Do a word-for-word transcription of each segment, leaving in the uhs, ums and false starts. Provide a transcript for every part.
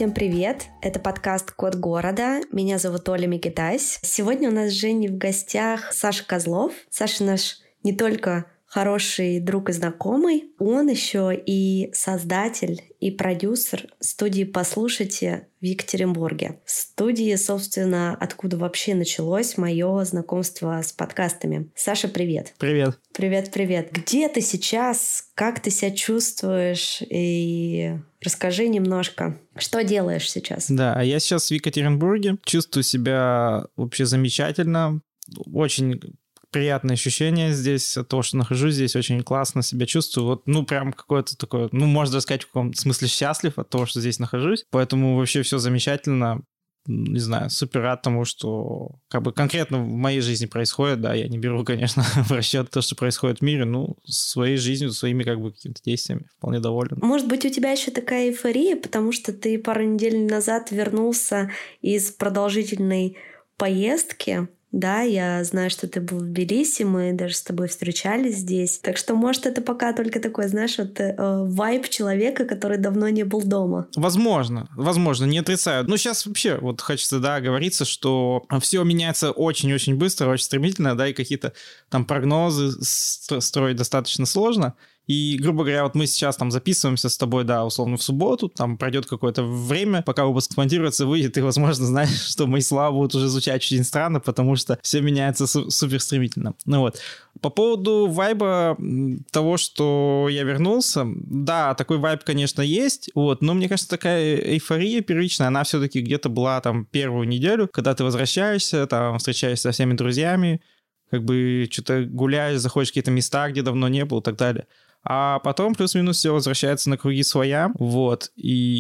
Всем привет! Это подкаст «Код города». Меня зовут Оля Микитась. Сегодня у нас с Женей в гостях Саша Козлов. Саша наш не только хороший друг и знакомый, он еще и создатель и продюсер студии «Послушайте» в Екатеринбурге. Студии, собственно, откуда вообще началось мое знакомство с подкастами. Саша, привет! Привет! Привет-привет! Где ты сейчас? Как ты себя чувствуешь? И расскажи немножко, что делаешь сейчас? Да, я сейчас в Екатеринбурге. Чувствую себя вообще замечательно. Очень приятное ощущение здесь от того, что нахожусь здесь, очень классно себя чувствую. Вот, ну, прям какое-то такое, ну, можно сказать, в каком-то смысле счастлив от того, что здесь нахожусь. Поэтому вообще все замечательно. Не знаю, супер рад тому, что как бы конкретно в моей жизни происходит, да, я не беру, конечно, в расчет то, что происходит в мире, ну, своей жизнью, своими как бы какими-то действиями вполне доволен. Может быть, у тебя еще такая эйфория, потому что ты пару недель назад вернулся из продолжительной поездки. Да, я знаю, что ты был в Тбилиси, мы даже с тобой встречались здесь. Так что, может, это пока только такой, знаешь, вот э, вайб человека, который давно не был дома. Возможно, возможно, не отрицаю. Но сейчас вообще вот хочется, да, говориться, что все меняется очень-очень быстро, очень стремительно, да, и какие-то там прогнозы строить достаточно сложно. И, грубо говоря, вот мы сейчас там записываемся с тобой, да, условно, в субботу, там пройдет какое-то время, пока выпуск смонтируется, выйдет, и, возможно, знаешь, что мои слова будут уже звучать очень странно, потому что все меняется су- супер стремительно. Ну вот. По поводу вайба того, что я вернулся, да, такой вайб, конечно, есть, вот, но мне кажется, такая эйфория первичная, она все-таки где-то была там первую неделю, когда ты возвращаешься, там, встречаешься со всеми друзьями, как бы что-то гуляешь, заходишь в какие-то места, где давно не был и так далее. А потом плюс-минус все возвращается на круги своя, вот,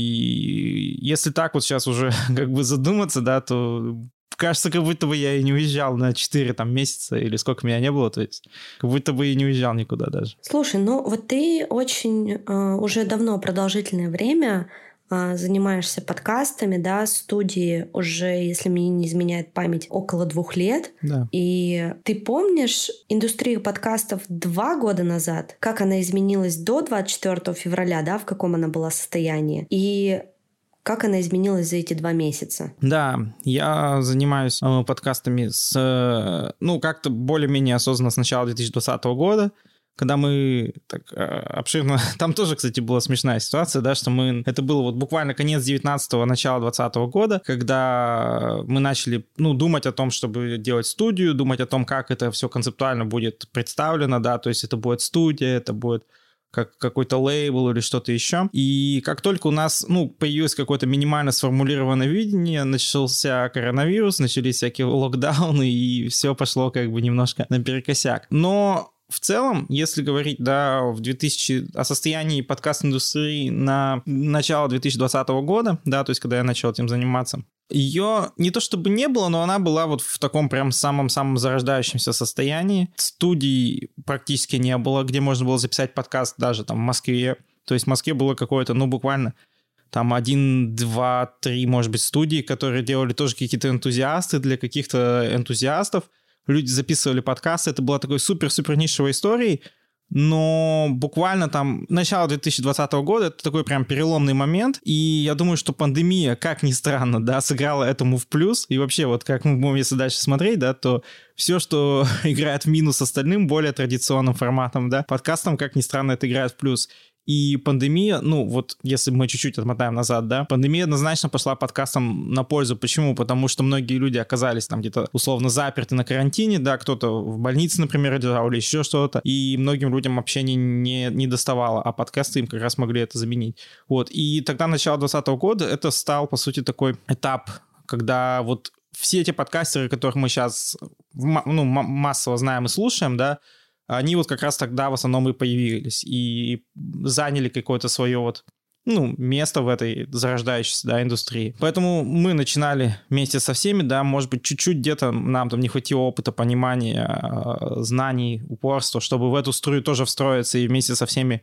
и если так вот сейчас уже как бы задуматься, да, то кажется, как будто бы я и не уезжал на четыре там месяца или сколько меня не было, то есть как будто бы и не уезжал никуда даже. Слушай, ну вот ты очень э, уже давно, продолжительное время занимаешься подкастами, да, студии уже, если мне не изменяет память, около двух лет. Да. И ты помнишь индустрию подкастов два года назад? Как она изменилась до двадцать четвёртого февраля, да, в каком она была состоянии? И как она изменилась за эти два месяца? Да, я занимаюсь э, подкастами с, э, ну, как-то более-менее осознанно с начала две тысячи двадцатого года, когда мы так э, обширно... Там тоже, кстати, была смешная ситуация, да, что мы... Это было вот буквально конец девятнадцатого, начало двадцатого года, когда мы начали, ну, думать о том, чтобы делать студию, думать о том, как это все концептуально будет представлено, да, то есть это будет студия, это будет как какой-то лейбл или что-то еще. И как только у нас, ну, появилось какое-то минимально сформулированное видение, начался коронавирус, начались всякие локдауны, и все пошло как бы немножко наперекосяк. Но в целом, если говорить, да, в две тысячи, о состоянии подкаст-индустрии на начало две тысячи двадцатого года, да, то есть когда я начал этим заниматься, ее не то чтобы не было, но она была вот в таком прям самом-самом зарождающемся состоянии. Студий практически не было, где можно было записать подкаст даже там в Москве. То есть в Москве было какое-то, ну, буквально там один, два, три, может быть, студии, которые делали тоже какие-то энтузиасты для каких-то энтузиастов. Люди записывали подкасты, это была такой супер-супер нишевой историей, но буквально там начало две тысячи двадцатого года это такой прям переломный момент, и я думаю, что пандемия, как ни странно, да, сыграла этому в плюс, и вообще вот как мы будем, если дальше смотреть, да, то все, что играет в минус остальным, более традиционным форматом, да, подкастом, как ни странно, это играет в плюс. И пандемия, ну вот если мы чуть-чуть отмотаем назад, да, пандемия однозначно пошла подкастам на пользу. Почему? Потому что многие люди оказались там где-то условно заперты на карантине, да, кто-то в больнице, например, лежал или еще что-то, и многим людям общение не, не доставало, а подкасты им как раз могли это заменить. Вот, и тогда начало двадцатого года это стал, по сути, такой этап, когда вот все эти подкастеры, которых мы сейчас ну, массово знаем и слушаем, да, они вот как раз тогда в основном и появились, и заняли какое-то свое вот, ну, место в этой зарождающейся, да, индустрии. Поэтому мы начинали вместе со всеми, да, может быть, чуть-чуть где-то нам там не хватило опыта, понимания, знаний, упорства, чтобы в эту струю тоже встроиться и вместе со всеми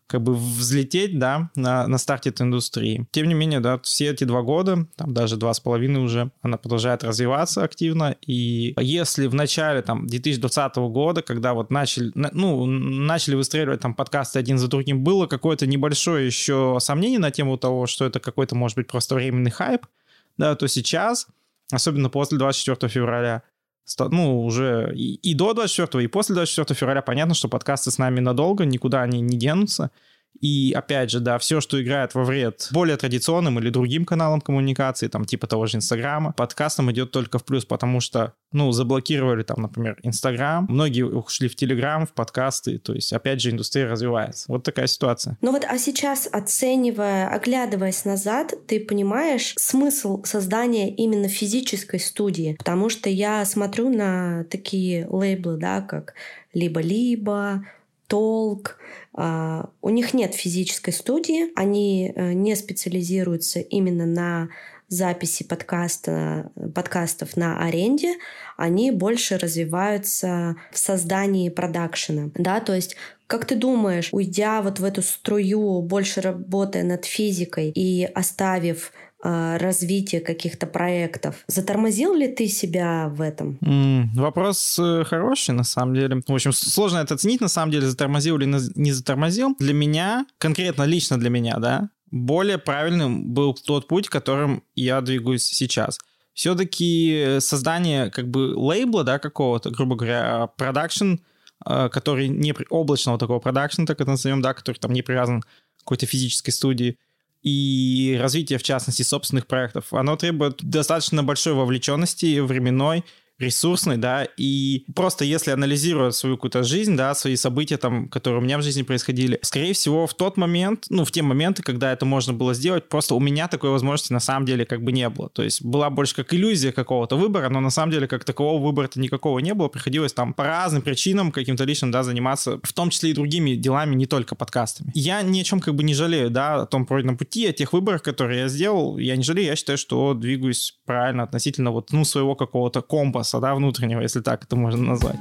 как бы взлететь, да, на, на старте этой индустрии. Тем не менее, да, все эти два года, там даже два с половиной уже, она продолжает развиваться активно, и если в начале, там, две тысячи двадцатого года, когда вот начали, ну, начали выстреливать там подкасты один за другим, было какое-то небольшое еще сомнение на тему того, что это какой-то, может быть, просто временный хайп, да, то сейчас, особенно после двадцать четвёртого февраля, ну, уже и, и до двадцать четвёртого, и после двадцать четвёртого февраля понятно, что подкасты с нами надолго, никуда они не денутся. И, опять же, да, все, что играет во вред более традиционным или другим каналам коммуникации, там, типа того же Инстаграма, подкастам идет только в плюс, потому что, ну, заблокировали там, например, Инстаграм, многие ушли в Телеграм, в подкасты, то есть, опять же, индустрия развивается. Вот такая ситуация. Ну вот, а сейчас, оценивая, оглядываясь назад, ты понимаешь смысл создания именно физической студии? Потому что я смотрю на такие лейблы, да, как «Либо-либо», «Толк», Uh, у них нет физической студии, они uh, не специализируются именно на записи подкаста, подкастов на аренде, они больше развиваются в создании продакшена. Да? То есть, как ты думаешь, уйдя вот в эту струю, больше работая над физикой и оставив развитие каких-то проектов. Затормозил ли ты себя в этом? Mm, вопрос хороший, на самом деле. В общем, сложно это оценить, на самом деле, затормозил или не затормозил. Для меня, конкретно лично для меня, да, более правильным был тот путь, которым я двигаюсь сейчас. Все-таки создание как бы лейбла, да, какого-то, грубо говоря, продакшн, который не облачного такого продакшна, так это назовем, да, который там не привязан к какой-то физической студии, и развитие, в частности, собственных проектов, оно требует достаточно большой вовлеченности временной, ресурсной, да, и просто если анализировать свою какую-то жизнь, да, свои события, там, которые у меня в жизни происходили, скорее всего, в тот момент, ну, в те моменты, когда это можно было сделать, просто у меня такой возможности на самом деле как бы не было. То есть была больше как иллюзия какого-то выбора, но на самом деле как такового выбора-то никакого не было. Приходилось там по разным причинам каким-то личным, да, заниматься, в том числе и другими делами, не только подкастами. Я ни о чем как бы не жалею, да, о том пройденном пути, о тех выборах, которые я сделал, я не жалею, я считаю, что двигаюсь правильно относительно вот, ну, своего какого-то компаса, да, внутреннего, если так это можно назвать.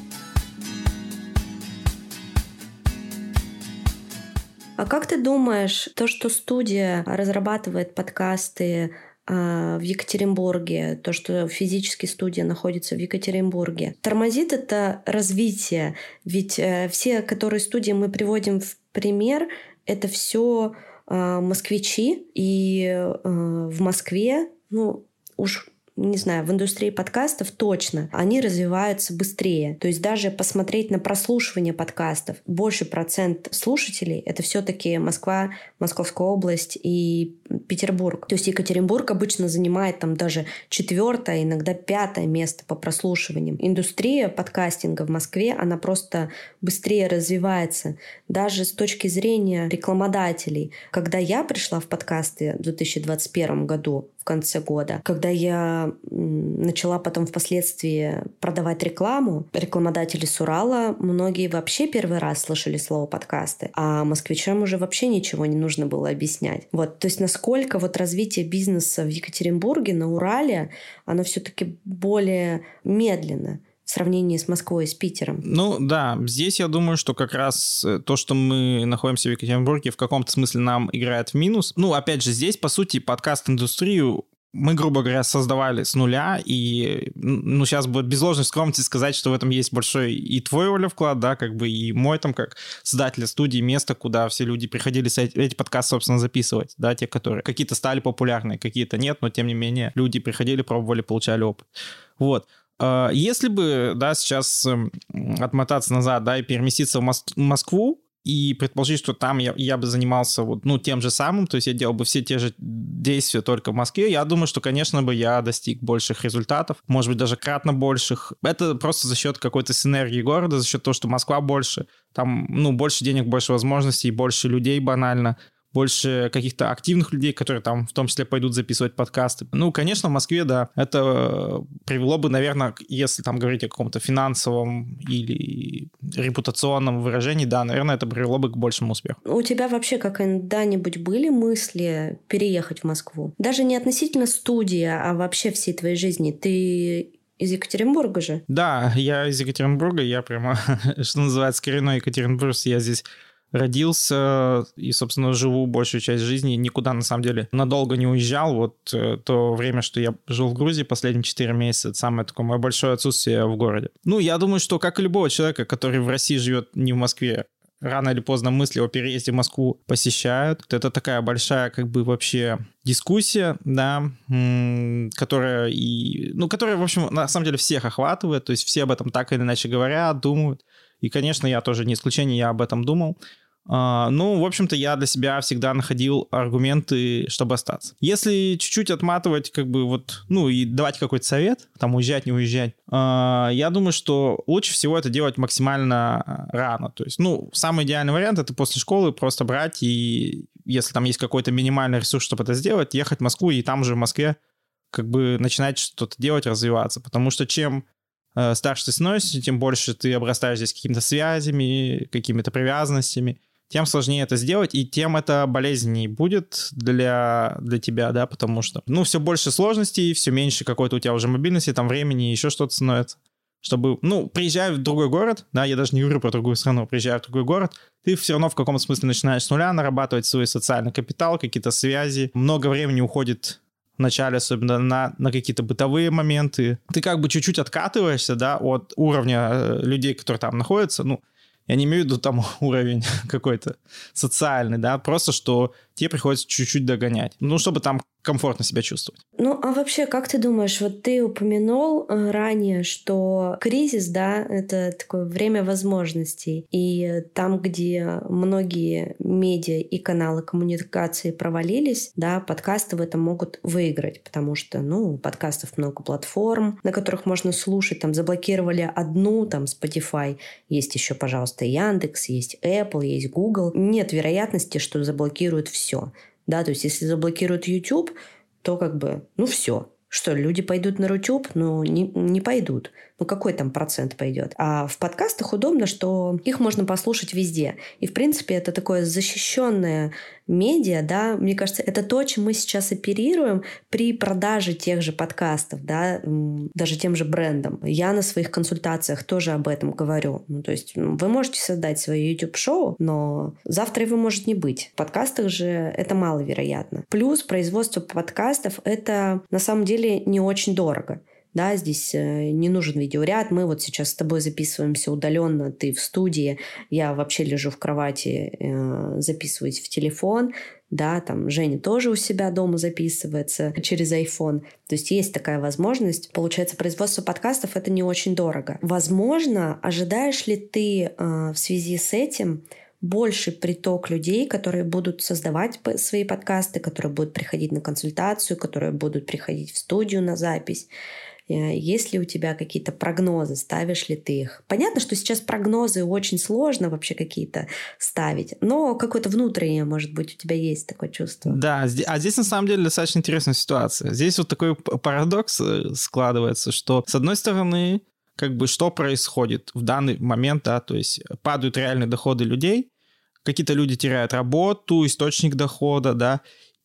А как ты думаешь, то, что студия разрабатывает подкасты э, в Екатеринбурге, то, что физически студия находится в Екатеринбурге, тормозит это развитие? Ведь э, все, которые студии мы приводим в пример, это все э, москвичи, и э, в Москве, ну, уж не знаю, в индустрии подкастов точно, они развиваются быстрее. То есть даже посмотреть на прослушивание подкастов, больше процент слушателей — это все-таки Москва, Московская область и Петербург. То есть Екатеринбург обычно занимает там даже четвертое, иногда пятое место по прослушиваниям. Индустрия подкастинга в Москве, она просто быстрее развивается. Даже с точки зрения рекламодателей. Когда я пришла в подкасты в две тысячи двадцать первом году, в конце года, когда я начала потом впоследствии продавать рекламу, рекламодатели с Урала, многие вообще первый раз слышали слово подкасты, а москвичам уже вообще ничего не нужно было объяснять. Вот, то есть насколько вот развитие бизнеса в Екатеринбурге, на Урале, оно все-таки более медленно в сравнении с Москвой и с Питером. Ну да, здесь я думаю, что как раз то, что мы находимся в Екатеринбурге, в каком-то смысле нам играет в минус. Ну, опять же, здесь, по сути, подкаст-индустрию мы, грубо говоря, создавали с нуля, и, ну, сейчас будет без ложной скромности сказать, что в этом есть большой и твой, Оля, вклад, да, как бы, и мой там, как создателя студии, место, куда все люди приходили эти подкасты, собственно, записывать, да, те, которые какие-то стали популярны, какие-то нет, но, тем не менее, люди приходили, пробовали, получали опыт. Вот. Если бы, да, сейчас отмотаться назад, да, и переместиться в Мос- Москву, и предположить, что там я, я бы занимался вот, ну, тем же самым, то есть я делал бы все те же действия только в Москве, я думаю, что, конечно, бы я достиг больших результатов, может быть, даже кратно больших. Это просто за счет какой-то синергии города, за счет того, что Москва больше, там, ну, больше денег, больше возможностей, больше людей банально, больше каких-то активных людей, которые там в том числе пойдут записывать подкасты. Ну, конечно, в Москве, да, это привело бы, наверное, если там говорить о каком-то финансовом или репутационном выражении, да, наверное, это привело бы к большему успеху. У тебя вообще когда-нибудь были мысли переехать в Москву? Даже не относительно студии, а вообще всей твоей жизни. Ты из Екатеринбурга же? Да, я из Екатеринбурга, я прямо, что называется, коренной екатеринбуржец, я здесь родился и, собственно, живу большую часть жизни, никуда, на самом деле, надолго не уезжал. Вот э, то время, что я жил в Грузии последние четыре месяца, это самое такое мое большое отсутствие в городе. Ну, я думаю, что, как и любого человека, который в России живет не в Москве, рано или поздно мысли о переезде в Москву посещают. Это такая большая, как бы, вообще дискуссия, да, которая и... Ну, которая, в общем, на самом деле всех охватывает, то есть все об этом так или иначе говорят, думают. И, конечно, я тоже не исключение, я об этом думал. Uh, ну, в общем-то, я для себя всегда находил аргументы, чтобы остаться. Если чуть-чуть отматывать, как бы вот, ну, и давать какой-то совет, там, уезжать, не уезжать, uh, я думаю, что лучше всего это делать максимально рано. То есть, ну, самый идеальный вариант — это после школы просто брать и, если там есть какой-то минимальный ресурс, чтобы это сделать, ехать в Москву и там же в Москве как бы начинать что-то делать, развиваться. Потому что чем uh, старше ты становишься, тем больше ты обрастаешь здесь какими-то связями, какими-то привязанностями, тем сложнее это сделать, и тем это болезненнее будет для, для тебя, да, потому что, ну, все больше сложностей, все меньше какой-то у тебя уже мобильности, там, времени, еще что-то становится. Чтобы, ну, приезжая в другой город, да, я даже не говорю про другую страну, приезжая в другой город, ты все равно в каком-то смысле начинаешь с нуля нарабатывать свой социальный капитал, какие-то связи, много времени уходит в начале, особенно на, на какие-то бытовые моменты. Ты как бы чуть-чуть откатываешься, да, от уровня людей, которые там находятся, ну, я не имею в виду там уровень какой-то социальный, да, просто что тебе приходится чуть-чуть догонять, ну, чтобы там комфортно себя чувствовать. Ну, а вообще, как ты думаешь, вот ты упомянул ранее, что кризис, да, это такое время возможностей, и там, где многие медиа и каналы коммуникации провалились, да, подкасты в этом могут выиграть, потому что, ну, у подкастов много платформ, на которых можно слушать, там, заблокировали одну, там, Spotify, есть еще, пожалуйста, Яндекс, есть Apple, есть Google, нет вероятности, что заблокируют все. Да, то есть если заблокируют YouTube, то как бы, ну все. Что, люди пойдут на YouTube? Ну, не, не пойдут. Ну, какой там процент пойдет? А в подкастах удобно, что их можно послушать везде. И, в принципе, это такое защищенное медиа, да, мне кажется, это то, чем мы сейчас оперируем при продаже тех же подкастов, да, даже тем же брендам. Я на своих консультациях тоже об этом говорю. Ну, то есть вы можете создать свое YouTube-шоу, но завтра его может не быть. В подкастах же это маловероятно. Плюс производство подкастов — это на самом деле не очень дорого. Да, здесь не нужен видеоряд. Мы вот сейчас с тобой записываемся удаленно. Ты в студии, я вообще лежу в кровати, записываюсь в телефон. Да, там Женя тоже у себя дома записывается через iPhone. То есть есть такая возможность. Получается, производство подкастов — это не очень дорого. Возможно, ожидаешь ли ты в связи с этим больший приток людей, которые будут создавать свои подкасты, которые будут приходить на консультацию, которые будут приходить в студию на запись? Есть ли у тебя какие-то прогнозы, ставишь ли ты их? Понятно, что сейчас прогнозы очень сложно вообще какие-то ставить, но какое-то внутреннее, может быть, у тебя есть такое чувство. Да, а здесь на самом деле достаточно интересная ситуация. Здесь вот такой парадокс складывается, что с одной стороны, как бы что происходит в данный момент, да, то есть падают реальные доходы людей, какие-то люди теряют работу, источник дохода, да,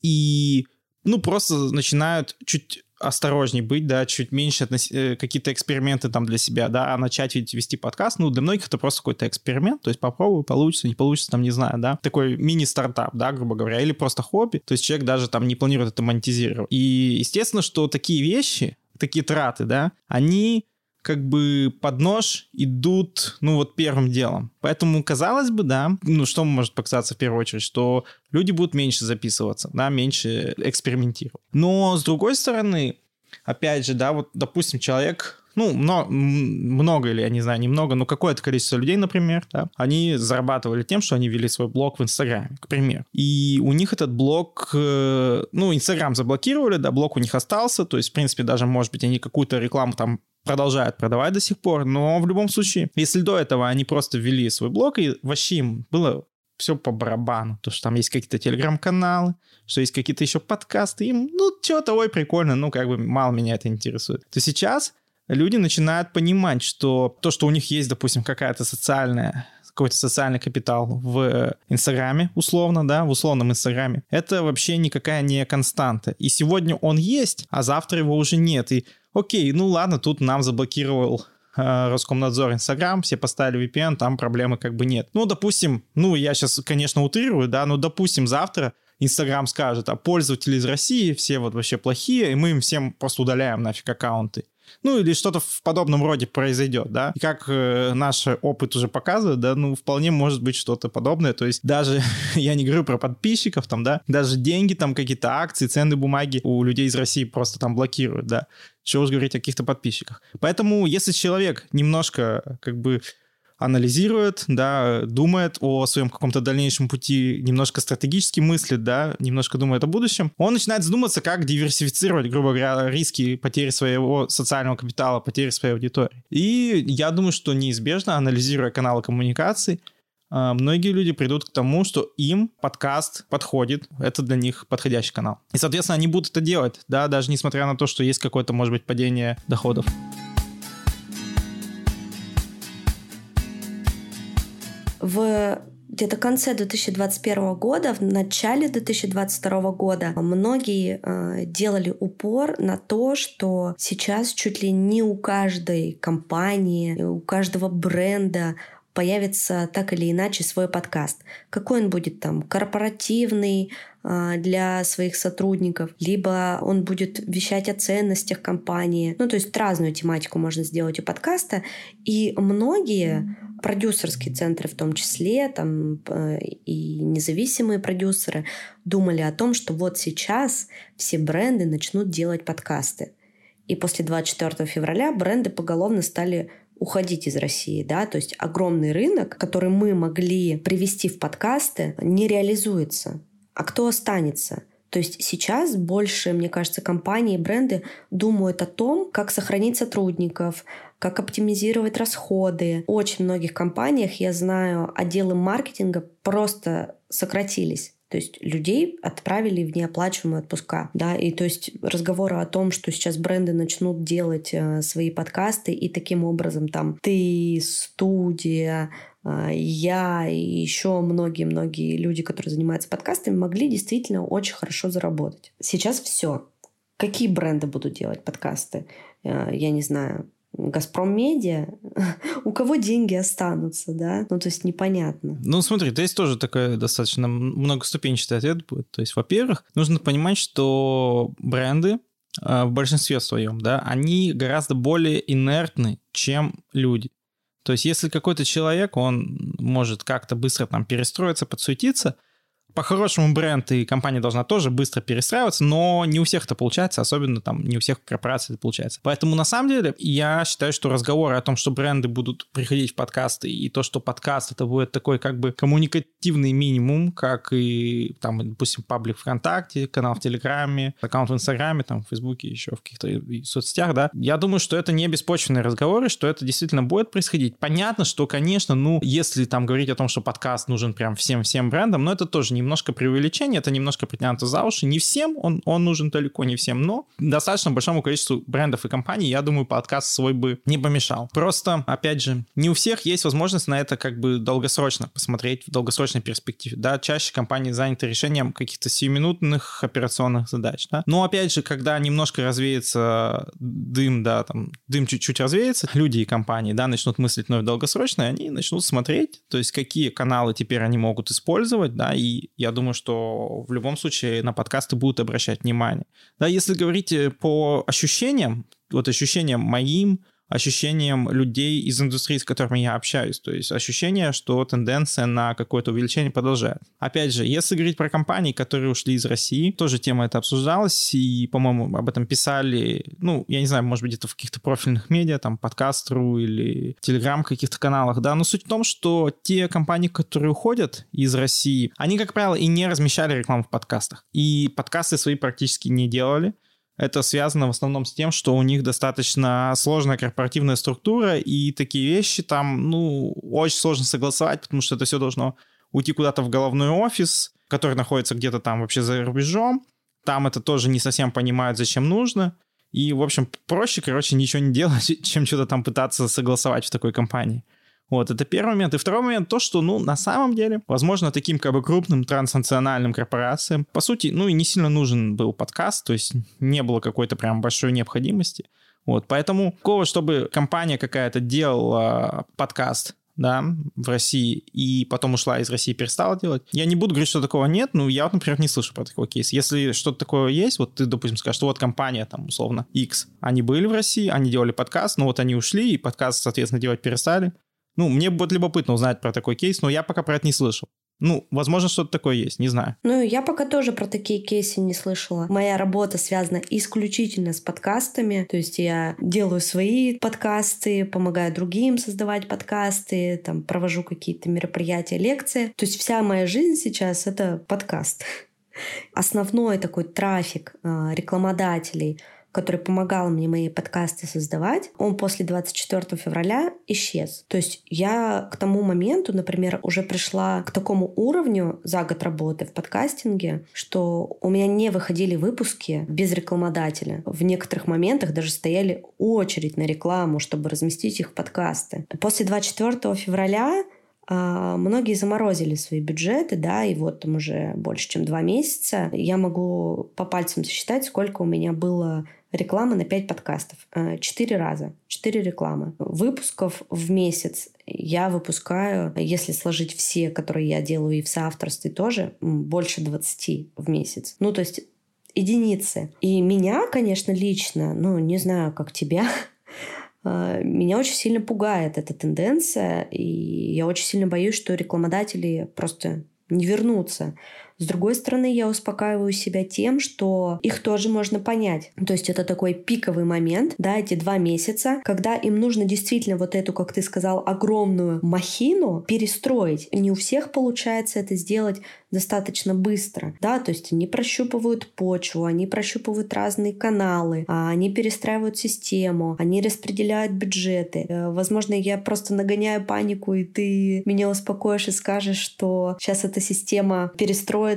и, ну, просто начинают чуть осторожней быть, да, чуть меньше относ... какие-то эксперименты там для себя, да, а начать ведь вести подкаст, ну, для многих это просто какой-то эксперимент, то есть попробую, получится, не получится, там, не знаю, да, такой мини-стартап, да, грубо говоря, или просто хобби, то есть человек даже там не планирует это монетизировать. И, естественно, что такие вещи, такие траты, да, они как бы под нож идут, ну, вот первым делом. Поэтому, казалось бы, да, ну, что может показаться в первую очередь, что люди будут меньше записываться, да, меньше экспериментировать. Но, с другой стороны, опять же, да, вот, допустим, человек, ну, много, много или, я не знаю, немного, но какое-то количество людей, например, да, они зарабатывали тем, что они вели свой блог в Инстаграме, к примеру. И у них этот блог, ну, Инстаграм заблокировали, да, блог у них остался, то есть, в принципе, даже, может быть, они какую-то рекламу там продолжают продавать до сих пор, но в любом случае, если до этого они просто ввели свой блог, и вообще им было все по барабану, то, что там есть какие-то телеграм-каналы, что есть какие-то еще подкасты, им, ну, что-то, ой, прикольно, ну, как бы мало меня это интересует, то сейчас люди начинают понимать, что то, что у них есть, допустим, какая-то социальная, какой-то социальный капитал в Инстаграме, условно, да, в условном Инстаграме, это вообще никакая не константа. И сегодня он есть, а завтра его уже нет. И окей, ну ладно, тут нам заблокировал э, Роскомнадзор, Инстаграм, все поставили ви пи эн, там проблемы как бы нет. Ну, допустим, ну, я сейчас, конечно, утрирую, да, но, допустим, завтра Инстаграм скажет, а пользователи из России все вот вообще плохие, и мы им всем просто удаляем нафиг аккаунты. Ну, или что-то в подобном роде произойдет, да. И как э, наш опыт уже показывает, да, ну, вполне может быть что-то подобное. То есть даже, я не говорю про подписчиков, там, да, даже деньги, там, какие-то акции, ценные бумаги у людей из России просто там блокируют, да. Чего уж говорить о каких-то подписчиках. Поэтому, если человек немножко, как бы, анализирует, да, думает о своем каком-то дальнейшем пути, немножко стратегически мыслит, да, немножко думает о будущем, он начинает задуматься, как диверсифицировать, грубо говоря, риски потери своего социального капитала, потери своей аудитории. И я думаю, что неизбежно, анализируя каналы коммуникаций, многие люди придут к тому, что им подкаст подходит, это для них подходящий канал. И, соответственно, они будут это делать, да, даже несмотря на то, что есть какое-то, может быть, падение доходов. В где-то конце две тысячи двадцать первого года, в начале две тысячи двадцать второго года многие э, делали упор на то, что сейчас чуть ли не у каждой компании, у каждого бренда появится так или иначе свой подкаст. Какой он будет там, корпоративный, для своих сотрудников, либо он будет вещать о ценностях компании. Ну, то есть разную тематику можно сделать у подкаста. И многие продюсерские центры в том числе, там, и независимые продюсеры думали о том, что вот сейчас все бренды начнут делать подкасты. И после двадцать четвёртого февраля бренды поголовно стали уходить из России, да, то есть огромный рынок, который мы могли привести в подкасты, не реализуется. А кто останется? То есть сейчас больше, мне кажется, компании и бренды думают о том, как сохранить сотрудников, как оптимизировать расходы. В очень многих компаниях, я знаю, отделы маркетинга просто сократились. То есть людей отправили в неоплачиваемые отпуска. Да? И то есть разговоры о том, что сейчас бренды начнут делать э, свои подкасты, и таким образом там ты, студия, э, я и еще многие-многие люди, которые занимаются подкастами, могли действительно очень хорошо заработать. Сейчас все. Какие бренды будут делать подкасты? Э, я не знаю. Газпром Медиа, у кого деньги останутся, да? Ну, то есть непонятно. Ну, смотри, здесь тоже такой достаточно многоступенчатый ответ будет. То есть, во-первых, нужно понимать, что бренды в большинстве своем, да, они гораздо более инертны, чем люди. То есть, если какой-то человек, он может как-то быстро там перестроиться, подсуетиться, по-хорошему бренд и компания должна тоже быстро перестраиваться, но не у всех это получается, особенно там не у всех корпораций это получается. Поэтому на самом деле я считаю, что разговоры о том, что бренды будут приходить в подкасты, и то, что подкаст это будет такой как бы коммуникативный минимум, как и там, допустим, паблик ВКонтакте, канал в Телеграме, аккаунт в Инстаграме, там в Фейсбуке, еще в каких-то соцсетях, да. Я думаю, что это не беспочвенные разговоры, что это действительно будет происходить. Понятно, что, конечно, ну, если там говорить о том, что подкаст нужен прям всем-всем брендам, но это тоже не немножко преувеличение, это немножко притянуто за уши. Не всем он, он нужен, далеко не всем, но достаточно большому количеству брендов и компаний, я думаю, подкаст свой бы не помешал. Просто, опять же, не у всех есть возможность на это как бы долгосрочно посмотреть, в долгосрочной перспективе. Да, чаще компании заняты решением каких-то сиюминутных операционных задач. Да? Но, опять же, когда немножко развеется дым, да, там, дым чуть-чуть развеется, люди и компании, да, начнут мыслить вновь долгосрочно, и они начнут смотреть, то есть какие каналы теперь они могут использовать, да, и я думаю, что в любом случае на подкасты будут обращать внимание. Да, если говорить по ощущениям, вот ощущениям моим, ощущением людей из индустрии, с которыми я общаюсь. То есть ощущение, что тенденция на какое-то увеличение продолжает. Опять же, если говорить про компании, которые ушли из России, тоже тема эта обсуждалась, и, по-моему, об этом писали, ну, я не знаю, может быть, где-то в каких-то профильных медиа, там, подкаст.ру или Телеграм, каких-то каналах, да, но суть в том, что те компании, которые уходят из России, они, как правило, и не размещали рекламу в подкастах, и подкасты свои практически не делали. Это связано в основном с тем, что у них достаточно сложная корпоративная структура, и такие вещи там, ну, очень сложно согласовать, потому что это все должно уйти куда-то в головной офис, который находится где-то там вообще за рубежом. Там это тоже не совсем понимают, зачем нужно. И, в общем, проще, короче, ничего не делать, чем что-то там пытаться согласовать в такой компании. Вот, это первый момент. И второй момент то, что, ну, на самом деле, возможно, таким как бы крупным транснациональным корпорациям, по сути, ну, и не сильно нужен был подкаст, то есть не было какой-то прям большой необходимости. Вот, поэтому такого, чтобы компания какая-то делала подкаст, да, в России, и потом ушла из России и перестала делать. Я не буду говорить, что такого нет, но я вот, например, не слышу про такой кейс. Если что-то такое есть, вот ты, допустим, скажешь, что вот компания, там, условно, X, они были в России, они делали подкаст, но вот они ушли, и подкаст, соответственно, делать перестали. Ну, мне будет любопытно узнать про такой кейс, но я пока про это не слышал. Ну, возможно, что-то такое есть, не знаю. Ну, я пока тоже про такие кейсы не слышала. Моя работа связана исключительно с подкастами. То есть я делаю свои подкасты, помогаю другим создавать подкасты, там, провожу какие-то мероприятия, лекции. То есть вся моя жизнь сейчас — это подкаст. Основной такой трафик э, рекламодателей, который помогал мне мои подкасты создавать, он после двадцать четвёртого февраля исчез. То есть я к тому моменту, например, уже пришла к такому уровню за год работы в подкастинге, что у меня не выходили выпуски без рекламодателя. В некоторых моментах даже стояли очередь на рекламу, чтобы разместить их в подкасты. После двадцать четвёртого февраля Uh, многие заморозили свои бюджеты, да, и вот там уже больше, чем два месяца я могу по пальцам сосчитать, сколько у меня было рекламы на пять подкастов. Четыре раза. Четыре рекламы. Выпусков в месяц я выпускаю, если сложить все, которые я делаю и в соавторстве тоже, больше двадцати в месяц. Ну, то есть единицы. И меня, конечно, лично, ну, не знаю, как тебя, меня очень сильно пугает эта тенденция, и я очень сильно боюсь, что рекламодатели просто не вернутся. С другой стороны, я успокаиваю себя тем, что их тоже можно понять. То есть это такой пиковый момент, да, эти два месяца, когда им нужно действительно вот эту, как ты сказал, огромную махину перестроить. Не у всех получается это сделать достаточно быстро, да, то есть они прощупывают почву, они прощупывают разные каналы, они перестраивают систему, они распределяют бюджеты. Возможно, я просто нагоняю панику, и ты меня успокоишь и скажешь, что сейчас эта система перестроится,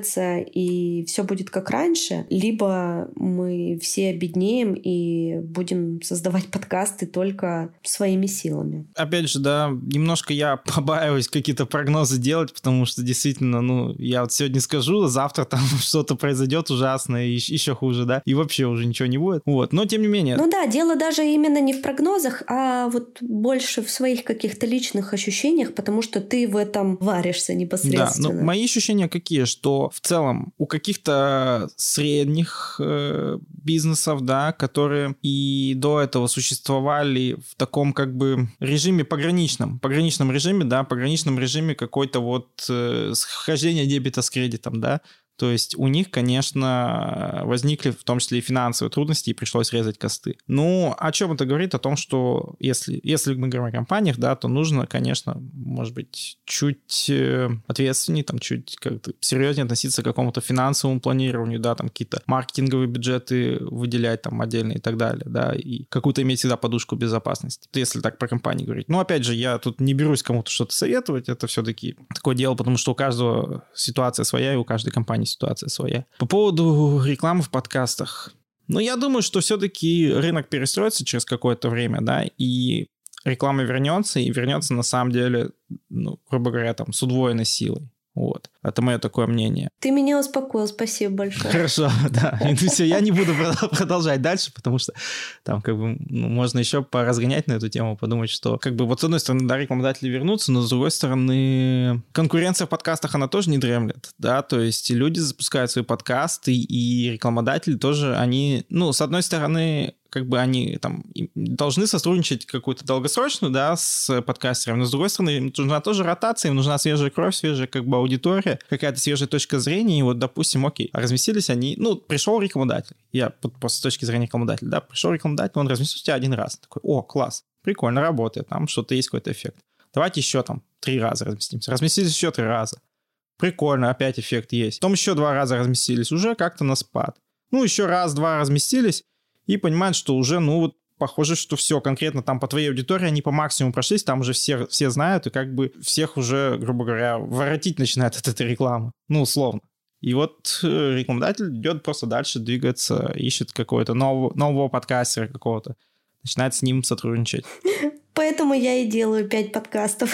и все будет как раньше, либо мы все обеднеем и будем создавать подкасты только своими силами. Опять же, да, немножко я побаиваюсь какие-то прогнозы делать, потому что действительно, ну, я вот сегодня скажу, а завтра там что-то произойдет ужасное, и еще хуже, да, и вообще уже ничего не будет. Вот, но тем не менее. Ну да, дело даже именно не в прогнозах, а вот больше в своих каких-то личных ощущениях, потому что ты в этом варишься непосредственно. Да, но мои ощущения какие, что в целом у каких-то средних э, бизнесов, да, которые и до этого существовали в таком как бы режиме пограничном, пограничном режиме, да, пограничном режиме какой-то вот э, схождения дебета с кредитом, да, то есть у них, конечно, возникли в том числе и финансовые трудности, и пришлось резать косты. Ну, о чем это говорит? О том, что если, если мы говорим о компаниях, да, то нужно, конечно, может быть, чуть ответственнее, там, чуть как-то серьезнее относиться к какому-то финансовому планированию, да, там, какие-то маркетинговые бюджеты выделять там отдельно и так далее, да, и какую-то иметь всегда подушку безопасности, если так про компании говорить. Ну, опять же, я тут не берусь кому-то что-то советовать, это все-таки такое дело, потому что у каждого ситуация своя, и у каждой компании ситуация своя. По поводу рекламы в подкастах. Ну, я думаю, что все-таки рынок перестроится через какое-то время, да, и реклама вернется, и вернется на самом деле, ну, грубо говоря, там, с удвоенной силой. Вот. Это мое такое мнение. Ты меня успокоил, спасибо большое. Хорошо, да. И все, я не буду продолжать дальше, потому что там как бы ну, можно еще поразгонять на эту тему, подумать, что как бы вот с одной стороны, да, рекламодатели вернутся, но с другой стороны, конкуренция в подкастах, она тоже не дремлет, да, то есть люди запускают свои подкасты, и рекламодатели тоже, они, ну, с одной стороны, как бы они там должны сотрудничать какую-то долгосрочную, да, с подкастерами, но с другой стороны, им нужна тоже ротация, им нужна свежая кровь, свежая как бы аудитория, какая-то свежая точка зрения, и вот, допустим, окей, разместились они, ну, пришел рекламодатель, я просто с точки зрения рекламодателя, да, пришел рекламодатель, он разместил тебя один раз, такой, о, класс, прикольно, работает, там что-то есть, какой-то эффект, давайте еще там три раза разместимся, разместились еще три раза, прикольно, опять эффект есть, потом еще два раза разместились, уже как-то на спад, ну, еще раз-два разместились, и понимают, что уже, ну, вот, похоже, что все, конкретно там по твоей аудитории они по максимуму прошлись, там уже все, все знают, и как бы всех уже, грубо говоря, воротить начинает от этой рекламы, ну, условно. И вот рекламодатель идет просто дальше, двигается, ищет какого-то нового, нового подкастера какого-то, начинает с ним сотрудничать. Поэтому я и делаю пять подкастов.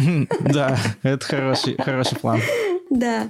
Да, это хороший, хороший план. Да.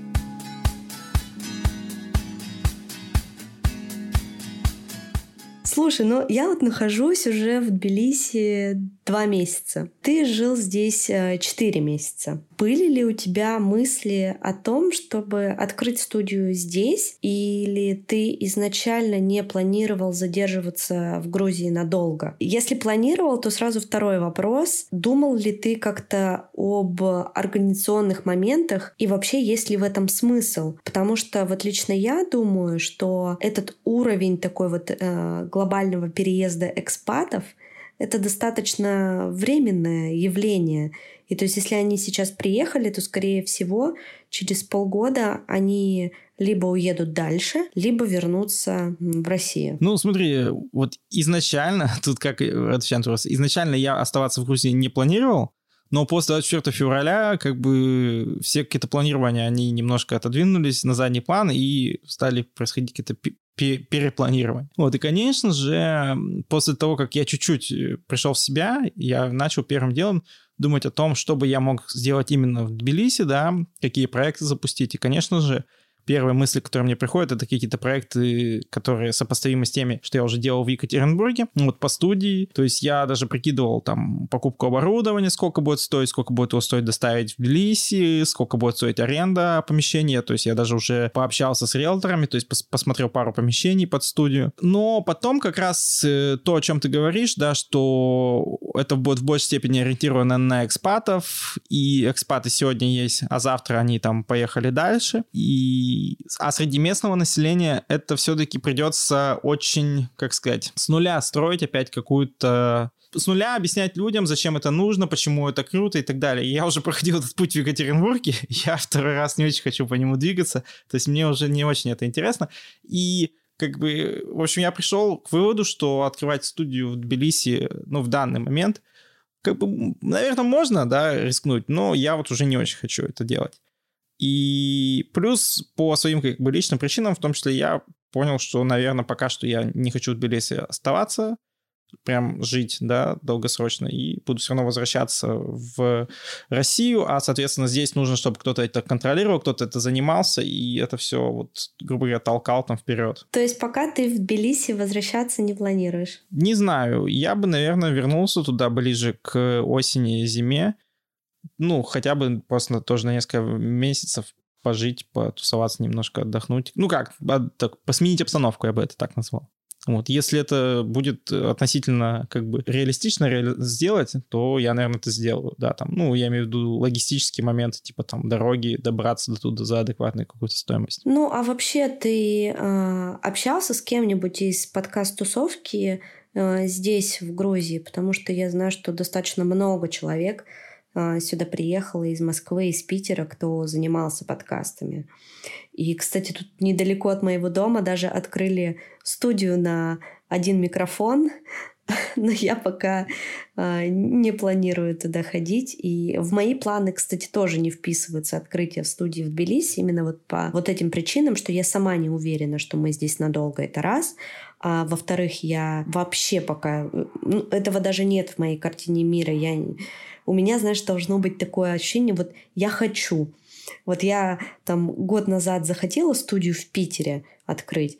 Слушай, ну я вот нахожусь уже в Тбилиси два месяца. Ты жил здесь четыре месяца. Были ли у тебя мысли о том, чтобы открыть студию здесь? Или ты изначально не планировал задерживаться в Грузии надолго? Если планировал, то сразу второй вопрос. Думал ли ты как-то об организационных моментах и вообще есть ли в этом смысл? Потому что вот лично я думаю, что этот уровень такой вот э, глобального переезда экспатов это достаточно временное явление. И то есть если они сейчас приехали, то, скорее всего, через полгода они либо уедут дальше, либо вернутся в Россию. Ну, смотри, вот изначально, тут как изначально я оставаться в Грузии не планировал, но после двадцать четвёртого февраля как бы все какие-то планирования, они немножко отодвинулись на задний план и стали происходить какие-то перепланирования. Вот, и, конечно же, после того, как я чуть-чуть пришел в себя, я начал первым делом думать о том, что бы я мог сделать именно в Тбилиси, да, какие проекты запустить. И, конечно же, первые мысли, которые мне приходят, это какие-то проекты, которые сопоставимы с теми, что я уже делал в Екатеринбурге, вот по студии. То есть я даже прикидывал там покупку оборудования, сколько будет стоить, сколько будет его стоить доставить в Тбилиси, сколько будет стоить аренда помещения. То есть я даже уже пообщался с риэлторами, то есть пос- посмотрел пару помещений под студию. Но потом как раз то, о чем ты говоришь, да, что это будет в большей степени ориентировано на экспатов, и экспаты сегодня есть, а завтра они там поехали дальше. И А среди местного населения это все-таки придется очень, как сказать, с нуля строить опять какую-то... С нуля объяснять людям, зачем это нужно, почему это круто и так далее. Я уже проходил этот путь в Екатеринбурге, я второй раз не очень хочу по нему двигаться, то есть мне уже не очень это интересно. И как бы, в общем, я пришел к выводу, что открывать студию в Тбилиси, ну, в данный момент, как бы, наверное, можно, да, рискнуть, но я вот уже не очень хочу это делать. И плюс по своим как бы личным причинам, в том числе я понял, что, наверное, пока что я не хочу в Тбилиси оставаться, прям жить, да, долгосрочно, и буду все равно возвращаться в Россию, а, соответственно, здесь нужно, чтобы кто-то это контролировал, кто-то это занимался, и это все, вот, грубо говоря, толкал там вперед. То есть пока ты в Тбилиси возвращаться не планируешь? Не знаю, я бы, наверное, вернулся туда ближе к осени и зиме, ну, хотя бы просто тоже на несколько месяцев пожить, потусоваться немножко, отдохнуть. Ну как, так, посменить обстановку, я бы это так назвал. Вот. Если это будет относительно как бы реалистично ре- сделать, то я, наверное, это сделаю. Да, там, ну, я имею в виду логистические моменты, типа там дороги, добраться до туда за адекватную какую-то стоимость. Ну, а вообще ты э, общался с кем-нибудь из подкаст-тусовки э, здесь, в Грузии? Потому что я знаю, что достаточно много человек сюда приехала из Москвы, из Питера, кто занимался подкастами. И, кстати, тут недалеко от моего дома даже открыли студию на один микрофон, но я пока э, не планирую туда ходить. И в мои планы, кстати, тоже не вписывается открытие в студии в Тбилиси, именно вот по вот этим причинам, что я сама не уверена, что мы здесь надолго, это раз. А во-вторых, я вообще пока... Ну, этого даже нет в моей картине мира. Я... У меня, знаешь, должно быть такое ощущение, вот я хочу. Вот я там год назад захотела студию в Питере открыть,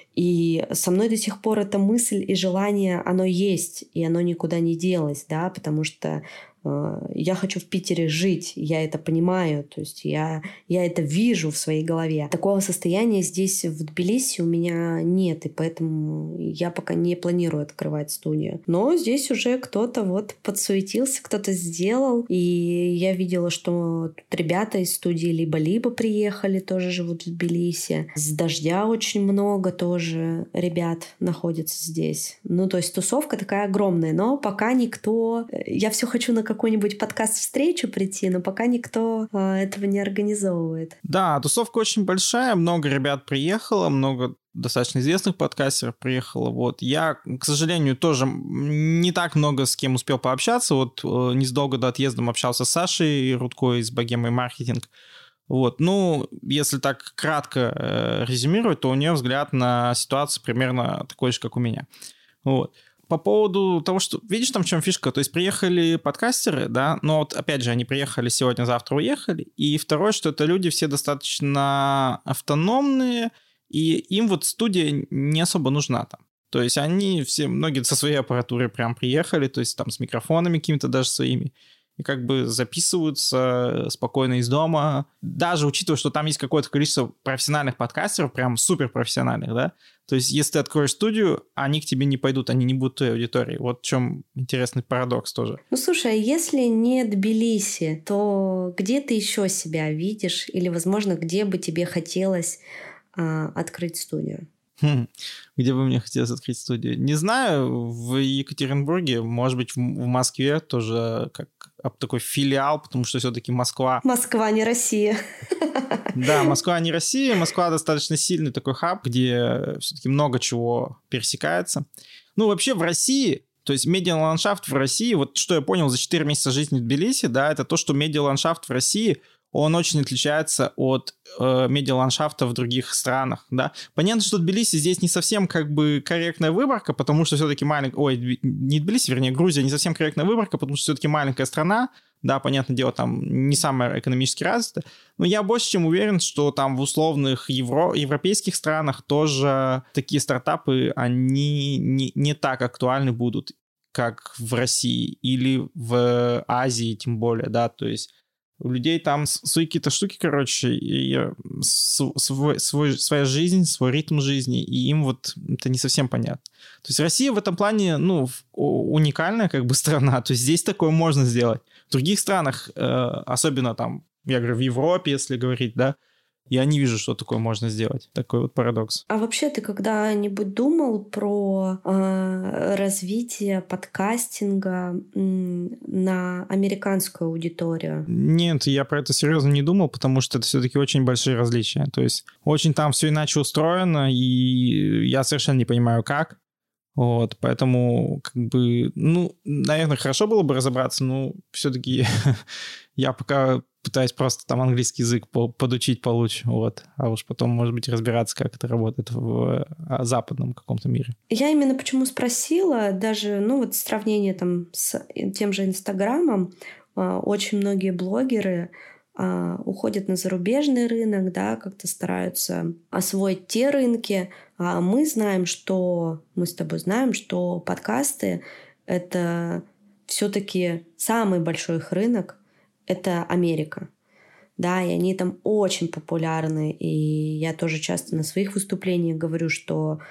и со мной до сих пор эта мысль и желание, оно есть, и оно никуда не делось, да, потому что э, я хочу в Питере жить, я это понимаю, то есть я, я это вижу в своей голове. Такого состояния здесь, в Тбилиси, у меня нет, и поэтому я пока не планирую открывать студию. Но здесь уже кто-то вот подсуетился, кто-то сделал, и я видела, что тут ребята из студии либо-либо приехали, тоже живут в Тбилиси. С Дождя очень много тоже ребят находится здесь. Ну, то есть тусовка такая огромная, но пока никто... Я все хочу на какой-нибудь подкаст-встречу прийти, но пока никто а, этого не организовывает. Да, тусовка очень большая, много ребят приехало, много достаточно известных подкастеров приехало. Вот. Я, к сожалению, тоже не так много с кем успел пообщаться. Вот незадолго до отъезда общался с Сашей Рудко из Богемы Маркетинг. Вот, ну, если так кратко э, резюмировать, то у нее взгляд на ситуацию примерно такой же, как у меня. Вот. По поводу того, что... Видишь, там в чем фишка? То есть приехали подкастеры, да, но вот опять же они приехали сегодня, завтра уехали. И второе, что это люди все достаточно автономные, и им вот студия не особо нужна там. То есть они все, многие со своей аппаратурой прям приехали, то есть там с микрофонами какими-то даже своими, и как бы записываются спокойно из дома. Даже учитывая, что там есть какое-то количество профессиональных подкастеров, прям суперпрофессиональных, да, то есть если ты откроешь студию, они к тебе не пойдут, они не будут твоей аудиторией. Вот в чем интересный парадокс тоже. Ну, слушай, а если не Тбилиси, то где ты еще себя видишь? Или, возможно, где бы тебе хотелось а, открыть студию? Хм, где бы мне хотелось открыть студию? Не знаю, в Екатеринбурге, может быть, в Москве тоже как такой филиал, потому что все-таки Москва... Москва не Россия. Да, Москва не Россия, Москва достаточно сильный такой хаб, где все-таки много чего пересекается. Ну, вообще в России, то есть медиаландшафт в России, вот что я понял за четыре месяца жизни в Тбилиси, да, это то, что медиаландшафт в России... он очень отличается от э, медиаландшафта в других странах, да. Понятно, что Тбилиси здесь не совсем как бы корректная выборка, потому что все-таки маленькая... Ой, не Тбилиси, вернее, Грузия не совсем корректная выборка, потому что все-таки маленькая страна, да, понятное дело, там не самая экономически развитая, но я больше чем уверен, что там в условных евро... европейских странах тоже такие стартапы, они не, не так актуальны будут, как в России или в Азии тем более, да, то есть у людей там свои какие-то штуки, короче, и свой, свой, своя жизнь, свой ритм жизни, и им вот это не совсем понятно. То есть Россия в этом плане, ну, уникальная как бы страна, то есть здесь такое можно сделать. В других странах, особенно там, я говорю, в Европе, если говорить, да, я не вижу, что такое можно сделать. Такой вот парадокс. А вообще ты когда-нибудь думал про э, развитие подкастинга м, на американскую аудиторию? Нет, я про это серьезно не думал, потому что это все-таки очень большие различия. То есть очень там все иначе устроено, и я совершенно не понимаю, как. Вот, поэтому, как бы, ну, наверное, хорошо было бы разобраться, но все-таки я пока пытаюсь просто там английский язык подучить получше, вот, а уж потом, может быть, разбираться, как это работает в западном каком-то мире. Я именно почему спросила, даже, ну, вот сравнение там с тем же Инстаграмом, очень многие блогеры уходят на зарубежный рынок, да, как-то стараются освоить те рынки, а мы знаем, что, мы с тобой знаем, что подкасты — это все-таки самый большой их рынок, это Америка. Да, и они там очень популярны. И я тоже часто на своих выступлениях говорю, что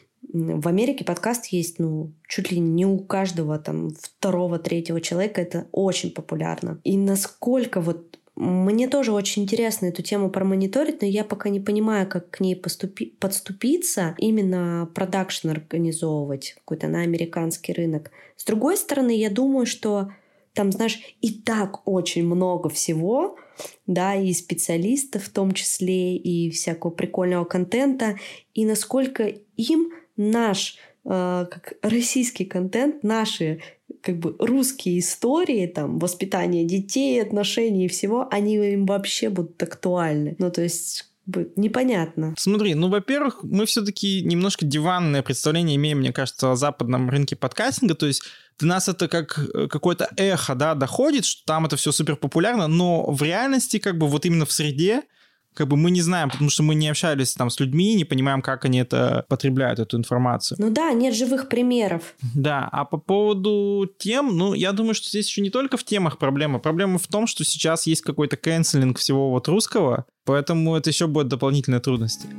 в Америке подкаст есть, ну, чуть ли не у каждого там второго, третьего человека. Это очень популярно. И насколько вот... Мне тоже очень интересно эту тему промониторить, но я пока не понимаю, как к ней поступи... подступиться, именно продакшн организовывать какой-то на американский рынок. С другой стороны, я думаю, что там, знаешь, и так очень много всего, да, и специалистов в том числе, и всякого прикольного контента, и насколько им наш, э, как российский контент, наши как бы русские истории, там, воспитание детей, отношений и всего, они им вообще будут актуальны. Ну, то есть... непонятно. Смотри, ну, во-первых, мы все-таки немножко диванное представление имеем, мне кажется, о западном рынке подкастинга, то есть до нас это как какое-то эхо, да, доходит, что там это все супер популярно, но в реальности как бы вот именно в среде как бы мы не знаем, потому что мы не общались там с людьми, не понимаем, как они это потребляют, эту информацию. Ну да, нет живых примеров. Да, а по поводу тем, ну, я думаю, что здесь еще не только в темах проблема. Проблема в том, что сейчас есть какой-то канцелинг всего вот русского, поэтому это еще будет дополнительные трудности.